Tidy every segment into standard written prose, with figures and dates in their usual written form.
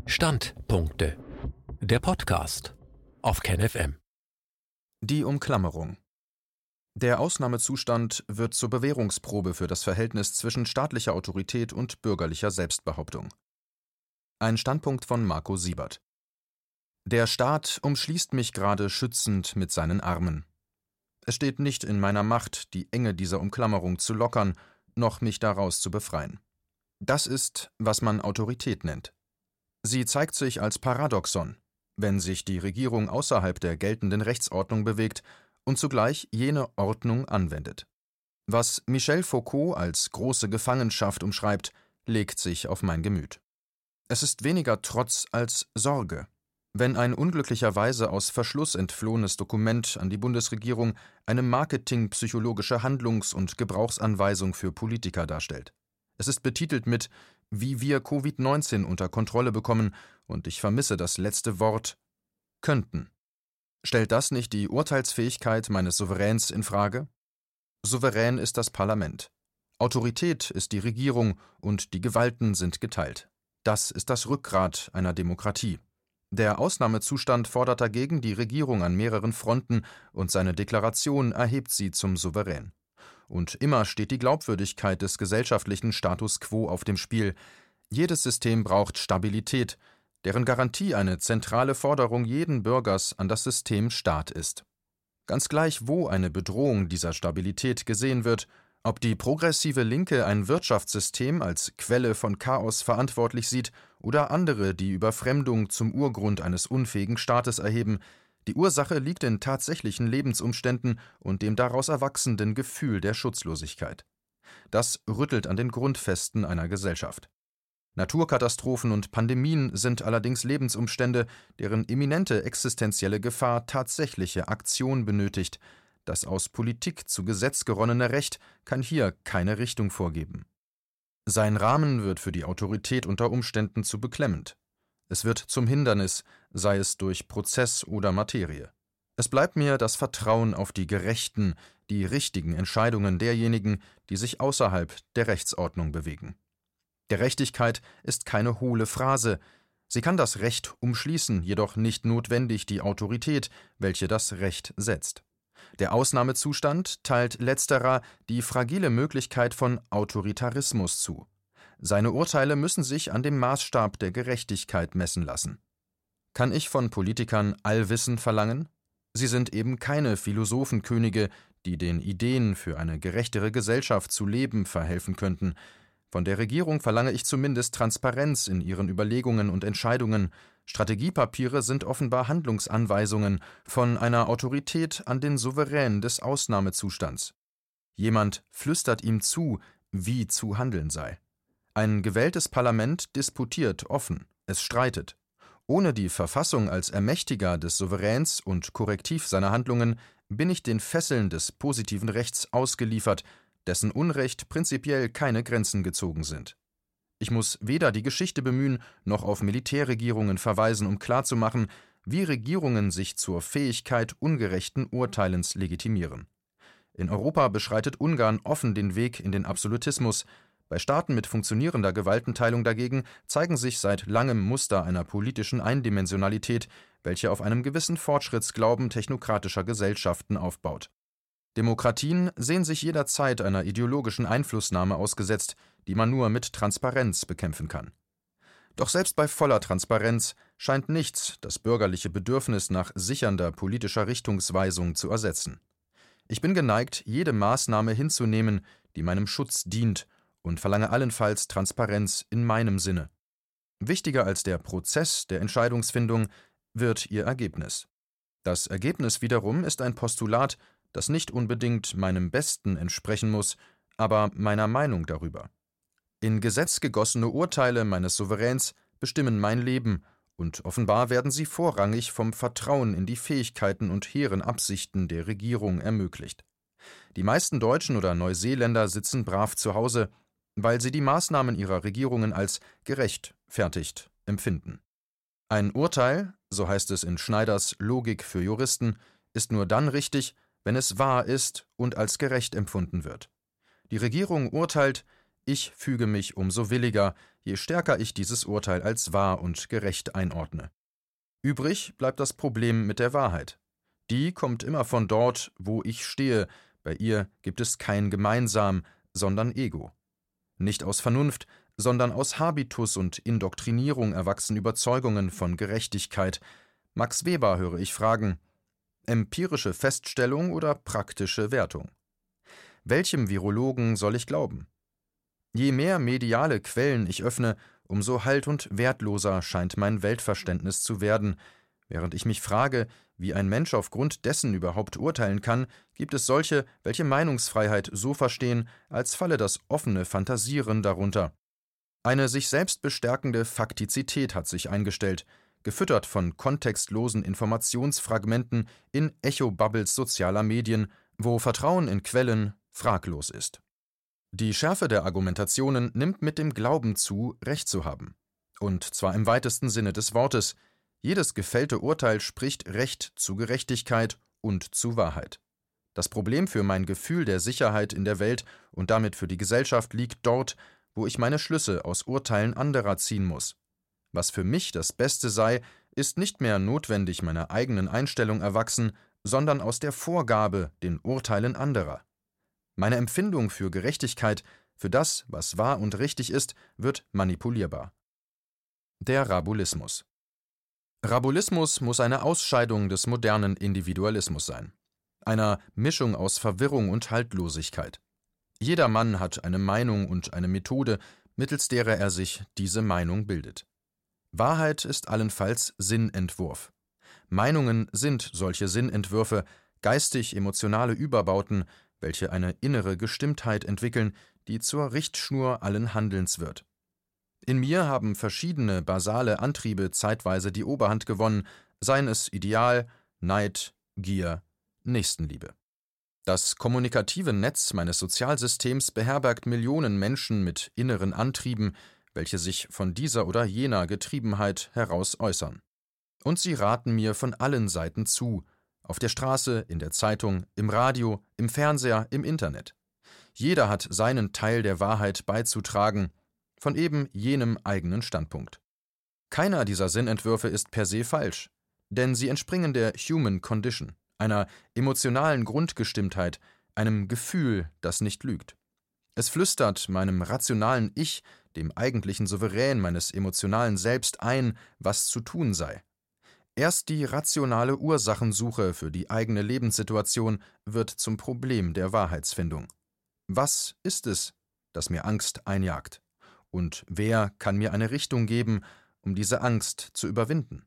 Standpunkte. Der Podcast auf KenFM. Die Umklammerung. Der Ausnahmezustand wird zur Bewährungsprobe für das Verhältnis zwischen staatlicher Autorität und bürgerlicher Selbstbehauptung. Ein Standpunkt von Marco Siebert. Der Staat umschließt mich gerade schützend mit seinen Armen. Es steht nicht in meiner Macht, die Enge dieser Umklammerung zu lockern, noch mich daraus zu befreien. Das ist, was man Autorität nennt. Sie zeigt sich als Paradoxon, wenn sich die Regierung außerhalb der geltenden Rechtsordnung bewegt und zugleich jene Ordnung anwendet. Was Michel Foucault als große Gefangenschaft umschreibt, legt sich auf mein Gemüt. Es ist weniger Trotz als Sorge, wenn ein unglücklicherweise aus Verschluss entflohenes Dokument an die Bundesregierung eine marketingpsychologische Handlungs- und Gebrauchsanweisung für Politiker darstellt. Es ist betitelt mit »Wie wir Covid-19 unter Kontrolle bekommen« und ich vermisse das letzte Wort »könnten«. Stellt das nicht die Urteilsfähigkeit meines Souveräns in Frage? Souverän ist das Parlament. Autorität ist die Regierung und die Gewalten sind geteilt. Das ist das Rückgrat einer Demokratie. Der Ausnahmezustand fordert dagegen die Regierung an mehreren Fronten und seine Deklaration erhebt sie zum Souverän. Und immer steht die Glaubwürdigkeit des gesellschaftlichen Status quo auf dem Spiel. Jedes System braucht Stabilität, deren Garantie eine zentrale Forderung jeden Bürgers an das System Staat ist. Ganz gleich, wo eine Bedrohung dieser Stabilität gesehen wird, ob die progressive Linke ein Wirtschaftssystem als Quelle von Chaos verantwortlich sieht oder andere die Überfremdung zum Urgrund eines unfähigen Staates erheben, die Ursache liegt in tatsächlichen Lebensumständen und dem daraus erwachsenden Gefühl der Schutzlosigkeit. Das rüttelt an den Grundfesten einer Gesellschaft. Naturkatastrophen und Pandemien sind allerdings Lebensumstände, deren imminente existenzielle Gefahr tatsächliche Aktion benötigt. Das aus Politik zu Gesetz geronnene Recht kann hier keine Richtung vorgeben. Sein Rahmen wird für die Autorität unter Umständen zu beklemmend. Es wird zum Hindernis, sei es durch Prozess oder Materie. Es bleibt mir das Vertrauen auf die gerechten, die richtigen Entscheidungen derjenigen, die sich außerhalb der Rechtsordnung bewegen. Gerechtigkeit ist keine hohle Phrase. Sie kann das Recht umschließen, jedoch nicht notwendig die Autorität, welche das Recht setzt. Der Ausnahmezustand teilt letzterer die fragile Möglichkeit von Autoritarismus zu. Seine Urteile müssen sich an dem Maßstab der Gerechtigkeit messen lassen. Kann ich von Politikern Allwissen verlangen? Sie sind eben keine Philosophenkönige, die den Ideen für eine gerechtere Gesellschaft zu leben verhelfen könnten. Von der Regierung verlange ich zumindest Transparenz in ihren Überlegungen und Entscheidungen. Strategiepapiere sind offenbar Handlungsanweisungen von einer Autorität an den Souverän des Ausnahmezustands. Jemand flüstert ihm zu, wie zu handeln sei. Ein gewähltes Parlament disputiert offen, es streitet. Ohne die Verfassung als Ermächtiger des Souveräns und Korrektiv seiner Handlungen bin ich den Fesseln des positiven Rechts ausgeliefert, dessen Unrecht prinzipiell keine Grenzen gezogen sind. Ich muss weder die Geschichte bemühen, noch auf Militärregierungen verweisen, um klarzumachen, wie Regierungen sich zur Fähigkeit ungerechten Urteilens legitimieren. In Europa beschreitet Ungarn offen den Weg in den Absolutismus. Bei Staaten mit funktionierender Gewaltenteilung dagegen zeigen sich seit langem Muster einer politischen Eindimensionalität, welche auf einem gewissen Fortschrittsglauben technokratischer Gesellschaften aufbaut. Demokratien sehen sich jederzeit einer ideologischen Einflussnahme ausgesetzt, die man nur mit Transparenz bekämpfen kann. Doch selbst bei voller Transparenz scheint nichts das bürgerliche Bedürfnis nach sichernder politischer Richtungsweisung zu ersetzen. Ich bin geneigt, jede Maßnahme hinzunehmen, die meinem Schutz dient, und verlange allenfalls Transparenz in meinem Sinne. Wichtiger als der Prozess der Entscheidungsfindung wird ihr Ergebnis. Das Ergebnis wiederum ist ein Postulat, das nicht unbedingt meinem Besten entsprechen muss, aber meiner Meinung darüber. In Gesetz gegossene Urteile meines Souveräns bestimmen mein Leben, und offenbar werden sie vorrangig vom Vertrauen in die Fähigkeiten und hehren Absichten der Regierung ermöglicht. Die meisten Deutschen oder Neuseeländer sitzen brav zu Hause, weil sie die Maßnahmen ihrer Regierungen als gerechtfertigt empfinden. Ein Urteil, so heißt es in Schneiders Logik für Juristen, ist nur dann richtig, wenn es wahr ist und als gerecht empfunden wird. Die Regierung urteilt, Ich füge mich umso williger, je stärker ich dieses Urteil als wahr und gerecht einordne. Übrig bleibt das Problem mit der Wahrheit. Die kommt immer von dort, wo ich stehe, bei ihr gibt es kein Gemeinsam, sondern Ego. Nicht aus Vernunft, sondern aus Habitus und Indoktrinierung erwachsen Überzeugungen von Gerechtigkeit. Max Weber höre ich fragen: Empirische Feststellung oder praktische Wertung? Welchem Virologen soll ich glauben? Je mehr mediale Quellen ich öffne, umso halt- und wertloser scheint mein Weltverständnis zu werden. Während ich mich frage, wie ein Mensch aufgrund dessen überhaupt urteilen kann, gibt es solche, welche Meinungsfreiheit so verstehen, als falle das offene Fantasieren darunter. Eine sich selbst bestärkende Faktizität hat sich eingestellt, gefüttert von kontextlosen Informationsfragmenten in Echo-Bubbles sozialer Medien, wo Vertrauen in Quellen fraglos ist. Die Schärfe der Argumentationen nimmt mit dem Glauben zu, Recht zu haben. Und zwar im weitesten Sinne des Wortes. Jedes gefällte Urteil spricht Recht zu Gerechtigkeit und zu Wahrheit. Das Problem für mein Gefühl der Sicherheit in der Welt und damit für die Gesellschaft liegt dort, wo ich meine Schlüsse aus Urteilen anderer ziehen muss. Was für mich das Beste sei, ist nicht mehr notwendig meiner eigenen Einstellung erwachsen, sondern aus der Vorgabe, den Urteilen anderer. Meine Empfindung für Gerechtigkeit, für das, was wahr und richtig ist, wird manipulierbar. Der Rabulismus. Rabulismus muss eine Ausscheidung des modernen Individualismus sein. Einer Mischung aus Verwirrung und Haltlosigkeit. Jeder Mann hat eine Meinung und eine Methode, mittels derer er sich diese Meinung bildet. Wahrheit ist allenfalls Sinnentwurf. Meinungen sind solche Sinnentwürfe, geistig-emotionale Überbauten, welche eine innere Gestimmtheit entwickeln, die zur Richtschnur allen Handelns wird. In mir haben verschiedene basale Antriebe zeitweise die Oberhand gewonnen, seien es Ideal, Neid, Gier, Nächstenliebe. Das kommunikative Netz meines Sozialsystems beherbergt Millionen Menschen mit inneren Antrieben, welche sich von dieser oder jener Getriebenheit heraus äußern. Und sie raten mir von allen Seiten zu, auf der Straße, in der Zeitung, im Radio, im Fernseher, im Internet. Jeder hat seinen Teil der Wahrheit beizutragen, von eben jenem eigenen Standpunkt. Keiner dieser Sinnentwürfe ist per se falsch, denn sie entspringen der Human Condition, einer emotionalen Grundgestimmtheit, einem Gefühl, das nicht lügt. Es flüstert meinem rationalen Ich, dem eigentlichen Souverän meines emotionalen Selbst ein, was zu tun sei. Erst die rationale Ursachensuche für die eigene Lebenssituation wird zum Problem der Wahrheitsfindung. Was ist es, das mir Angst einjagt? Und wer kann mir eine Richtung geben, um diese Angst zu überwinden?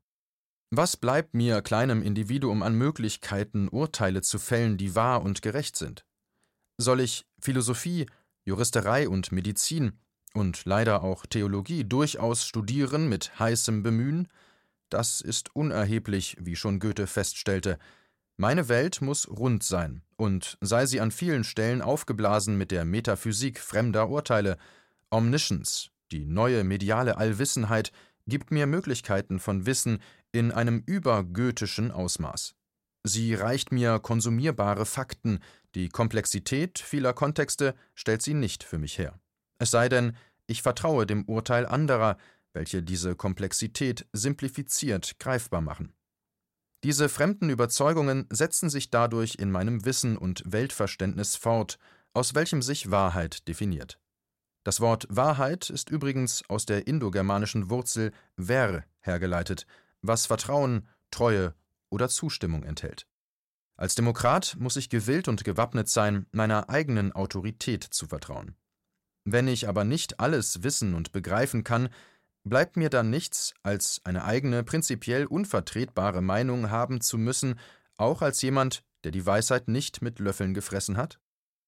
Was bleibt mir, kleinem Individuum, an Möglichkeiten, Urteile zu fällen, die wahr und gerecht sind? Soll ich Philosophie, Juristerei und Medizin und leider auch Theologie durchaus studieren mit heißem Bemühen? Das ist unerheblich, wie schon Goethe feststellte. Meine Welt muss rund sein, und sei sie an vielen Stellen aufgeblasen mit der Metaphysik fremder Urteile. Omniscience, die neue mediale Allwissenheit, gibt mir Möglichkeiten von Wissen in einem übergoethischen Ausmaß. Sie reicht mir konsumierbare Fakten, die Komplexität vieler Kontexte stellt sie nicht für mich her. Es sei denn, ich vertraue dem Urteil anderer, welche diese Komplexität simplifiziert greifbar machen. Diese fremden Überzeugungen setzen sich dadurch in meinem Wissen und Weltverständnis fort, aus welchem sich Wahrheit definiert. Das Wort Wahrheit ist übrigens aus der indogermanischen Wurzel ver hergeleitet, was Vertrauen, Treue oder Zustimmung enthält. Als Demokrat muss ich gewillt und gewappnet sein, meiner eigenen Autorität zu vertrauen. Wenn ich aber nicht alles wissen und begreifen kann, bleibt mir dann nichts, als eine eigene, prinzipiell unvertretbare Meinung haben zu müssen, auch als jemand, der die Weisheit nicht mit Löffeln gefressen hat?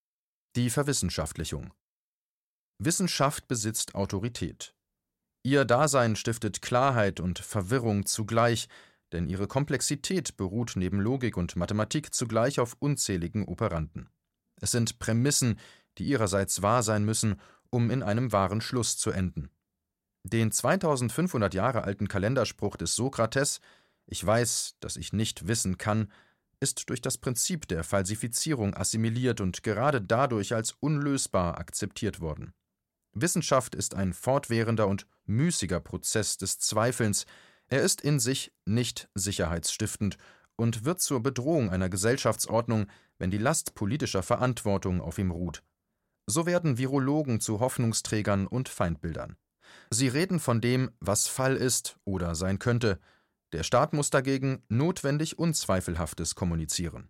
Die Verwissenschaftlichung. Wissenschaft besitzt Autorität. Ihr Dasein stiftet Klarheit und Verwirrung zugleich, denn ihre Komplexität beruht neben Logik und Mathematik zugleich auf unzähligen Operanten. Es sind Prämissen, die ihrerseits wahr sein müssen, um in einem wahren Schluss zu enden. Den 2500 Jahre alten Kalenderspruch des Sokrates, »Ich weiß, dass ich nicht wissen kann«, ist durch das Prinzip der Falsifizierung assimiliert und gerade dadurch als unlösbar akzeptiert worden. Wissenschaft ist ein fortwährender und müßiger Prozess des Zweifelns. Er ist in sich nicht sicherheitsstiftend und wird zur Bedrohung einer Gesellschaftsordnung, wenn die Last politischer Verantwortung auf ihm ruht. So werden Virologen zu Hoffnungsträgern und Feindbildern. Sie reden von dem, was Fall ist oder sein könnte. Der Staat muss dagegen notwendig Unzweifelhaftes kommunizieren.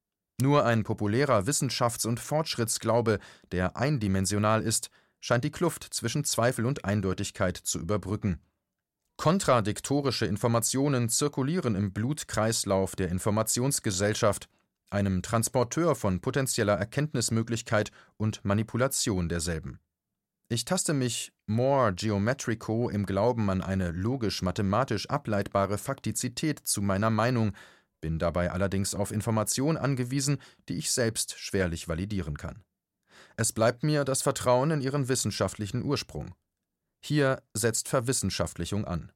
Nur ein populärer Wissenschafts- und Fortschrittsglaube, der eindimensional ist, scheint die Kluft zwischen Zweifel und Eindeutigkeit zu überbrücken. Kontradiktorische Informationen zirkulieren im Blutkreislauf der Informationsgesellschaft, einem Transporteur von potenzieller Erkenntnismöglichkeit und Manipulation derselben. Ich taste mich more geometrico im Glauben an eine logisch-mathematisch ableitbare Faktizität zu meiner Meinung, bin dabei allerdings auf Information angewiesen, die ich selbst schwerlich validieren kann. Es bleibt mir das Vertrauen in ihren wissenschaftlichen Ursprung. Hier setzt Verwissenschaftlichung an.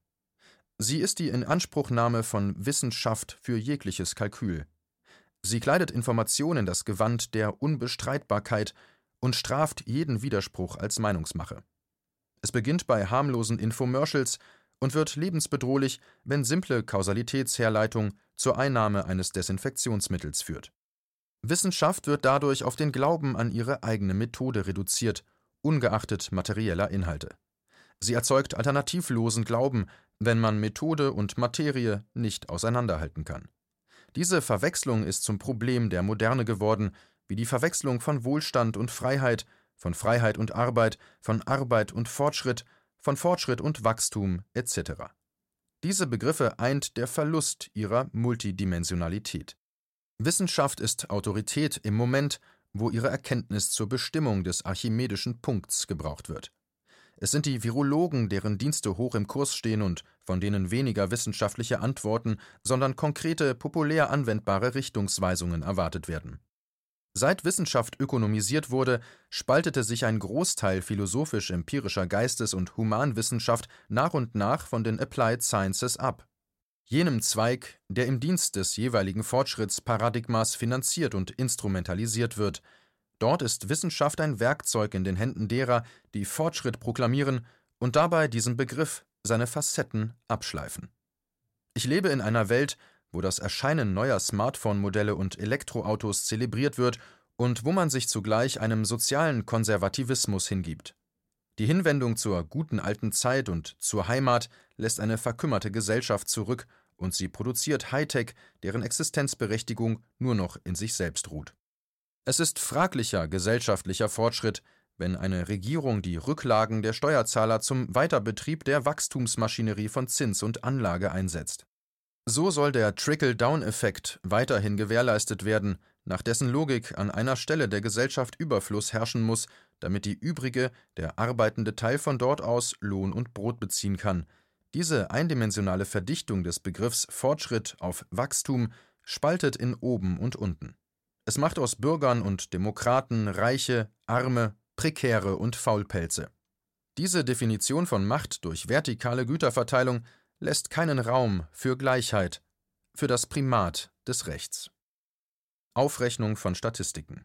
Sie ist die Inanspruchnahme von Wissenschaft für jegliches Kalkül. Sie kleidet Information in das Gewand der Unbestreitbarkeit und straft jeden Widerspruch als Meinungsmache. Es beginnt bei harmlosen Infomercials und wird lebensbedrohlich, wenn simple Kausalitätsherleitung zur Einnahme eines Desinfektionsmittels führt. Wissenschaft wird dadurch auf den Glauben an ihre eigene Methode reduziert, ungeachtet materieller Inhalte. Sie erzeugt alternativlosen Glauben, wenn man Methode und Materie nicht auseinanderhalten kann. Diese Verwechslung ist zum Problem der Moderne geworden, wie die Verwechslung von Wohlstand und Freiheit, von Freiheit und Arbeit, von Arbeit und Fortschritt, von Fortschritt und Wachstum etc. Diese Begriffe eint der Verlust ihrer Multidimensionalität. Wissenschaft ist Autorität im Moment, wo ihre Erkenntnis zur Bestimmung des archimedischen Punkts gebraucht wird. Es sind die Virologen, deren Dienste hoch im Kurs stehen und von denen weniger wissenschaftliche Antworten, sondern konkrete, populär anwendbare Richtungsweisungen erwartet werden. Seit Wissenschaft ökonomisiert wurde, spaltete sich ein Großteil philosophisch-empirischer Geistes- und Humanwissenschaft nach und nach von den Applied Sciences ab. Jenem Zweig, der im Dienst des jeweiligen Fortschrittsparadigmas finanziert und instrumentalisiert wird. Dort ist Wissenschaft ein Werkzeug in den Händen derer, die Fortschritt proklamieren und dabei diesen Begriff, seine Facetten, abschleifen. Ich lebe in einer Welt, wo das Erscheinen neuer Smartphone-Modelle und Elektroautos zelebriert wird und wo man sich zugleich einem sozialen Konservativismus hingibt. Die Hinwendung zur guten alten Zeit und zur Heimat lässt eine verkümmerte Gesellschaft zurück und sie produziert Hightech, deren Existenzberechtigung nur noch in sich selbst ruht. Es ist fraglicher gesellschaftlicher Fortschritt, wenn eine Regierung die Rücklagen der Steuerzahler zum Weiterbetrieb der Wachstumsmaschinerie von Zins und Anlage einsetzt. So soll der Trickle-Down-Effekt weiterhin gewährleistet werden, nach dessen Logik an einer Stelle der Gesellschaft Überfluss herrschen muss, damit die übrige, der arbeitende Teil von dort aus Lohn und Brot beziehen kann. Diese eindimensionale Verdichtung des Begriffs Fortschritt auf Wachstum spaltet in oben und unten. Es macht aus Bürgern und Demokraten Reiche, Arme, Prekäre und Faulpelze. Diese Definition von Macht durch vertikale Güterverteilung lässt keinen Raum für Gleichheit, für das Primat des Rechts. Aufrechnung von Statistiken.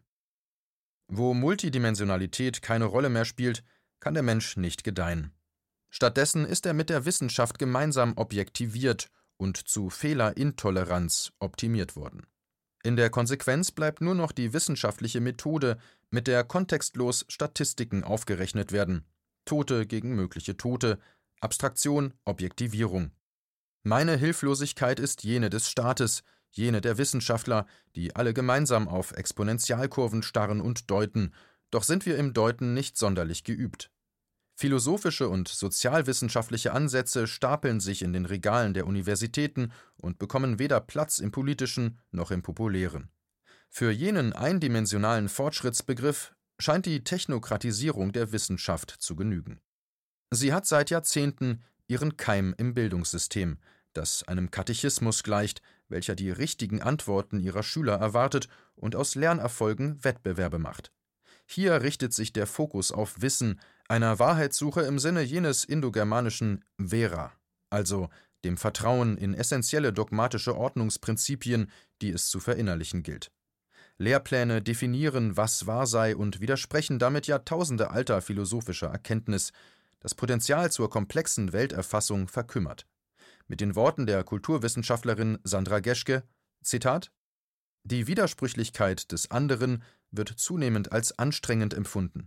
Wo Multidimensionalität keine Rolle mehr spielt, kann der Mensch nicht gedeihen. Stattdessen ist er mit der Wissenschaft gemeinsam objektiviert und zu Fehlerintoleranz optimiert worden. In der Konsequenz bleibt nur noch die wissenschaftliche Methode, mit der kontextlos Statistiken aufgerechnet werden. Tote gegen mögliche Tote, Abstraktion, Objektivierung. Meine Hilflosigkeit ist jene des Staates, jene der Wissenschaftler, die alle gemeinsam auf Exponentialkurven starren und deuten, doch sind wir im Deuten nicht sonderlich geübt. Philosophische und sozialwissenschaftliche Ansätze stapeln sich in den Regalen der Universitäten und bekommen weder Platz im Politischen noch im Populären. Für jenen eindimensionalen Fortschrittsbegriff scheint die Technokratisierung der Wissenschaft zu genügen. Sie hat seit Jahrzehnten ihren Keim im Bildungssystem, das einem Katechismus gleicht, welcher die richtigen Antworten ihrer Schüler erwartet und aus Lernerfolgen Wettbewerbe macht. Hier richtet sich der Fokus auf Wissen, einer Wahrheitssuche im Sinne jenes indogermanischen Vera, also dem Vertrauen in essentielle dogmatische Ordnungsprinzipien, die es zu verinnerlichen gilt. Lehrpläne definieren, was wahr sei und widersprechen damit Jahrtausende alter philosophischer Erkenntnis. Das Potenzial zur komplexen Welterfassung verkümmert. Mit den Worten der Kulturwissenschaftlerin Sandra Geschke: Zitat: Die Widersprüchlichkeit des anderen wird zunehmend als anstrengend empfunden.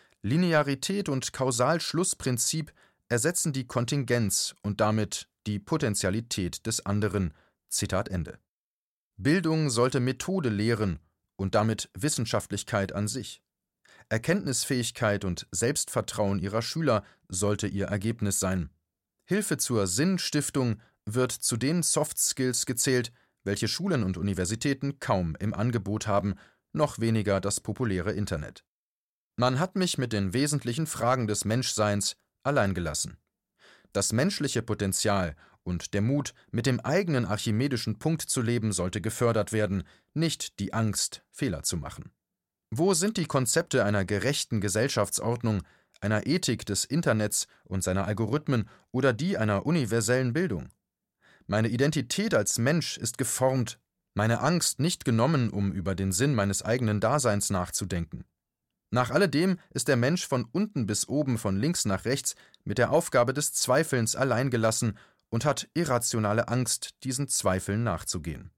Linearität und Kausalschlussprinzip ersetzen die Kontingenz und damit die Potentialität des anderen. Zitat Ende. Bildung sollte Methode lehren und damit Wissenschaftlichkeit an sich. Erkenntnisfähigkeit und Selbstvertrauen ihrer Schüler sollte ihr Ergebnis sein. Hilfe zur Sinnstiftung wird zu den Soft Skills gezählt, welche Schulen und Universitäten kaum im Angebot haben, noch weniger das populäre Internet. Man hat mich mit den wesentlichen Fragen des Menschseins allein gelassen. Das menschliche Potenzial und der Mut, mit dem eigenen archimedischen Punkt zu leben, sollte gefördert werden, nicht die Angst, Fehler zu machen. Wo sind die Konzepte einer gerechten Gesellschaftsordnung, einer Ethik des Internets und seiner Algorithmen oder die einer universellen Bildung? Meine Identität als Mensch ist geformt, meine Angst nicht genommen, um über den Sinn meines eigenen Daseins nachzudenken. Nach alledem ist der Mensch von unten bis oben, von links nach rechts, mit der Aufgabe des Zweifelns allein gelassen und hat irrationale Angst, diesen Zweifeln nachzugehen.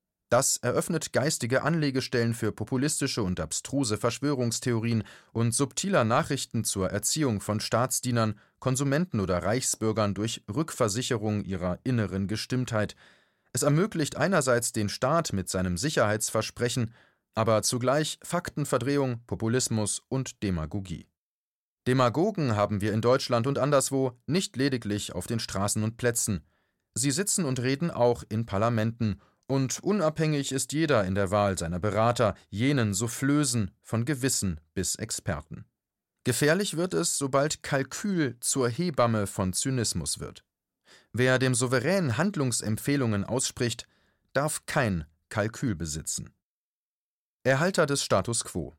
Das eröffnet geistige Anlegestellen für populistische und abstruse Verschwörungstheorien und subtiler Nachrichten zur Erziehung von Staatsdienern, Konsumenten oder Reichsbürgern durch Rückversicherung ihrer inneren Gestimmtheit. Es ermöglicht einerseits den Staat mit seinem Sicherheitsversprechen, aber zugleich Faktenverdrehung, Populismus und Demagogie. Demagogen haben wir in Deutschland und anderswo nicht lediglich auf den Straßen und Plätzen. Sie sitzen und reden auch in Parlamenten, und unabhängig ist jeder in der Wahl seiner Berater, jenen Soufflösen von Gewissen bis Experten. Gefährlich wird es, sobald Kalkül zur Hebamme von Zynismus wird. Wer dem Souverän Handlungsempfehlungen ausspricht, darf kein Kalkül besitzen. Erhalter des Status quo.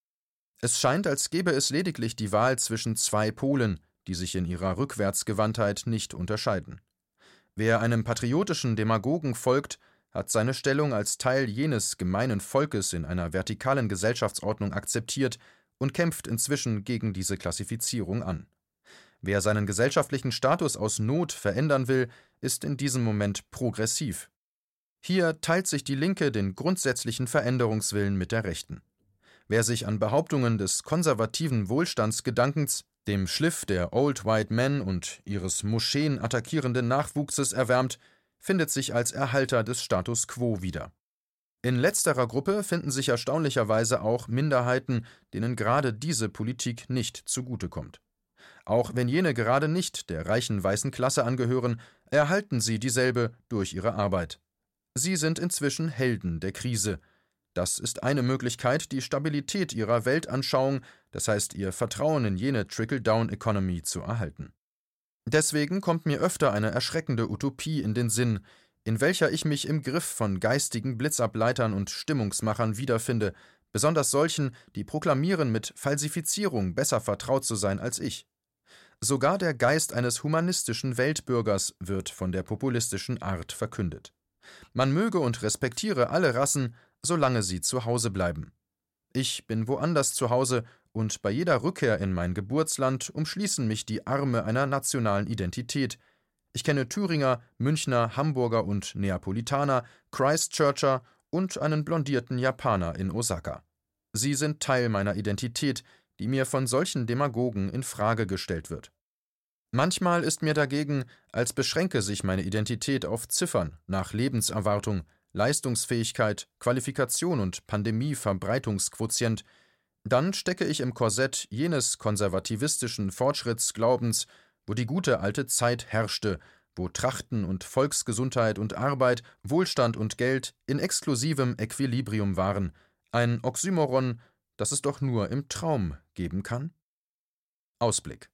Es scheint, als gäbe es lediglich die Wahl zwischen zwei Polen, die sich in ihrer Rückwärtsgewandtheit nicht unterscheiden. Wer einem patriotischen Demagogen folgt, hat seine Stellung als Teil jenes gemeinen Volkes in einer vertikalen Gesellschaftsordnung akzeptiert und kämpft inzwischen gegen diese Klassifizierung an. Wer seinen gesellschaftlichen Status aus Not verändern will, ist in diesem Moment progressiv. Hier teilt sich die Linke den grundsätzlichen Veränderungswillen mit der Rechten. Wer sich an Behauptungen des konservativen Wohlstandsgedankens, dem Schliff der Old White Men und ihres Moscheen attackierenden Nachwuchses erwärmt, findet sich als Erhalter des Status quo wieder. In letzterer Gruppe finden sich erstaunlicherweise auch Minderheiten, denen gerade diese Politik nicht zugutekommt. Auch wenn jene gerade nicht der reichen weißen Klasse angehören, erhalten sie dieselbe durch ihre Arbeit. Sie sind inzwischen Helden der Krise. Das ist eine Möglichkeit, die Stabilität ihrer Weltanschauung, das heißt ihr Vertrauen in jene Trickle-Down-Economy, zu erhalten. Deswegen kommt mir öfter eine erschreckende Utopie in den Sinn, in welcher ich mich im Griff von geistigen Blitzableitern und Stimmungsmachern wiederfinde, besonders solchen, die proklamieren, mit Falsifizierung besser vertraut zu sein als ich. Sogar der Geist eines humanistischen Weltbürgers wird von der populistischen Art verkündet. Man möge und respektiere alle Rassen, solange sie zu Hause bleiben. Ich bin woanders zu Hause, und bei jeder Rückkehr in mein Geburtsland umschließen mich die Arme einer nationalen Identität. Ich kenne Thüringer, Münchner, Hamburger und Neapolitaner, Christchurcher und einen blondierten Japaner in Osaka. Sie sind Teil meiner Identität, die mir von solchen Demagogen in Frage gestellt wird. Manchmal ist mir dagegen, als beschränke sich meine Identität auf Ziffern nach Lebenserwartung, Leistungsfähigkeit, Qualifikation und Pandemie-Verbreitungsquotient. Dann stecke ich im Korsett jenes konservativistischen Fortschrittsglaubens, wo die gute alte Zeit herrschte, wo Trachten und Volksgesundheit und Arbeit, Wohlstand und Geld in exklusivem Äquilibrium waren, ein Oxymoron, das es doch nur im Traum geben kann? Ausblick.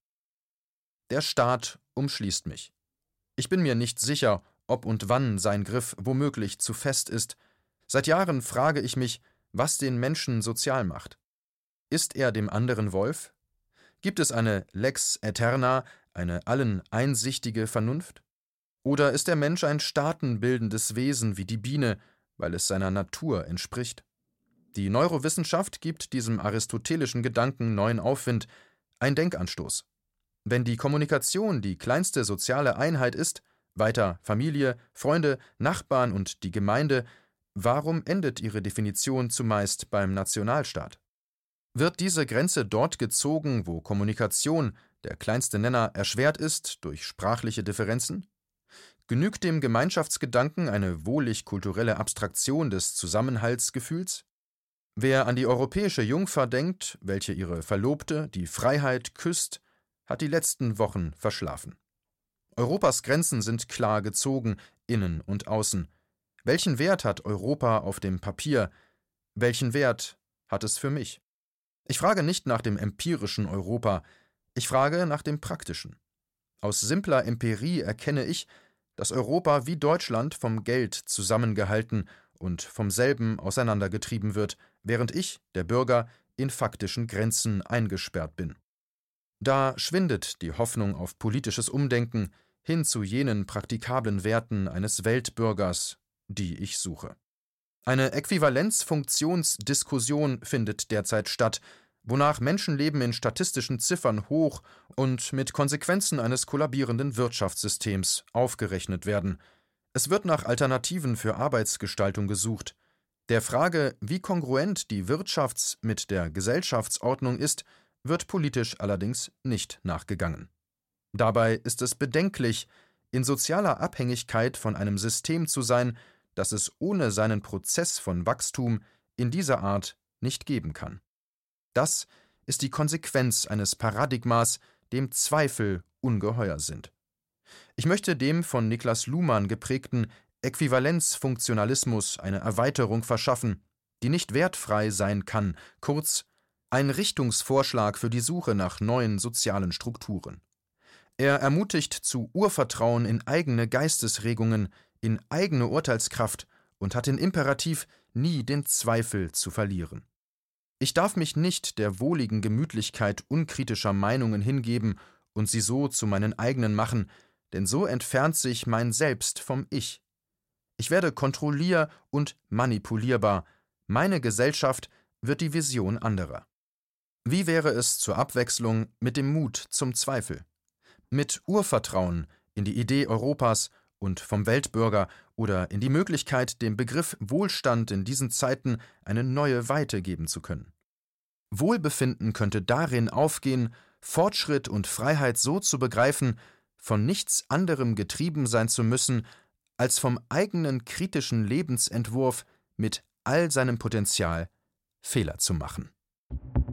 Der Staat umschließt mich. Ich bin mir nicht sicher, ob und wann sein Griff womöglich zu fest ist. Seit Jahren frage ich mich, was den Menschen sozial macht. Ist er dem anderen Wolf? Gibt es eine Lex Aeterna, eine allen einsichtige Vernunft? Oder ist der Mensch ein staatenbildendes Wesen wie die Biene, weil es seiner Natur entspricht? Die Neurowissenschaft gibt diesem aristotelischen Gedanken neuen Aufwind, ein Denkanstoß. Wenn die Kommunikation die kleinste soziale Einheit ist, weiter Familie, Freunde, Nachbarn und die Gemeinde, warum endet ihre Definition zumeist beim Nationalstaat? Wird diese Grenze dort gezogen, wo Kommunikation, der kleinste Nenner, erschwert ist durch sprachliche Differenzen? Genügt dem Gemeinschaftsgedanken eine wohlig-kulturelle Abstraktion des Zusammenhaltsgefühls? Wer an die europäische Jungfer denkt, welche ihre Verlobte, die Freiheit, küsst, hat die letzten Wochen verschlafen. Europas Grenzen sind klar gezogen, innen und außen. Welchen Wert hat Europa auf dem Papier? Welchen Wert hat es für mich? Ich frage nicht nach dem empirischen Europa, ich frage nach dem praktischen. Aus simpler Empirie erkenne ich, dass Europa wie Deutschland vom Geld zusammengehalten und vom selben auseinandergetrieben wird, während ich, der Bürger, in faktischen Grenzen eingesperrt bin. Da schwindet die Hoffnung auf politisches Umdenken hin zu jenen praktikablen Werten eines Weltbürgers, die ich suche. Eine Äquivalenzfunktionsdiskussion findet derzeit statt, wonach Menschenleben in statistischen Ziffern hoch und mit Konsequenzen eines kollabierenden Wirtschaftssystems aufgerechnet werden. Es wird nach Alternativen für Arbeitsgestaltung gesucht. Der Frage, wie kongruent die Wirtschafts- mit der Gesellschaftsordnung ist, wird politisch allerdings nicht nachgegangen. Dabei ist es bedenklich, in sozialer Abhängigkeit von einem System zu sein, das es ohne seinen Prozess von Wachstum in dieser Art nicht geben kann. Das ist die Konsequenz eines Paradigmas, dem Zweifel ungeheuer sind. Ich möchte dem von Niklas Luhmann geprägten Äquivalenzfunktionalismus eine Erweiterung verschaffen, die nicht wertfrei sein kann, kurz ein Richtungsvorschlag für die Suche nach neuen sozialen Strukturen. Er ermutigt zu Urvertrauen in eigene Geistesregungen, in eigene Urteilskraft und hat den Imperativ, nie den Zweifel zu verlieren. Ich darf mich nicht der wohligen Gemütlichkeit unkritischer Meinungen hingeben und sie so zu meinen eigenen machen, denn so entfernt sich mein Selbst vom Ich. Ich werde kontrollier- und manipulierbar. Meine Gesellschaft wird die Vision anderer. Wie wäre es zur Abwechslung mit dem Mut zum Zweifel? Mit Urvertrauen in die Idee Europas und vom Weltbürger oder in die Möglichkeit, dem Begriff Wohlstand in diesen Zeiten eine neue Weite geben zu können. Wohlbefinden könnte darin aufgehen, Fortschritt und Freiheit so zu begreifen, von nichts anderem getrieben sein zu müssen, als vom eigenen kritischen Lebensentwurf mit all seinem Potenzial Fehler zu machen.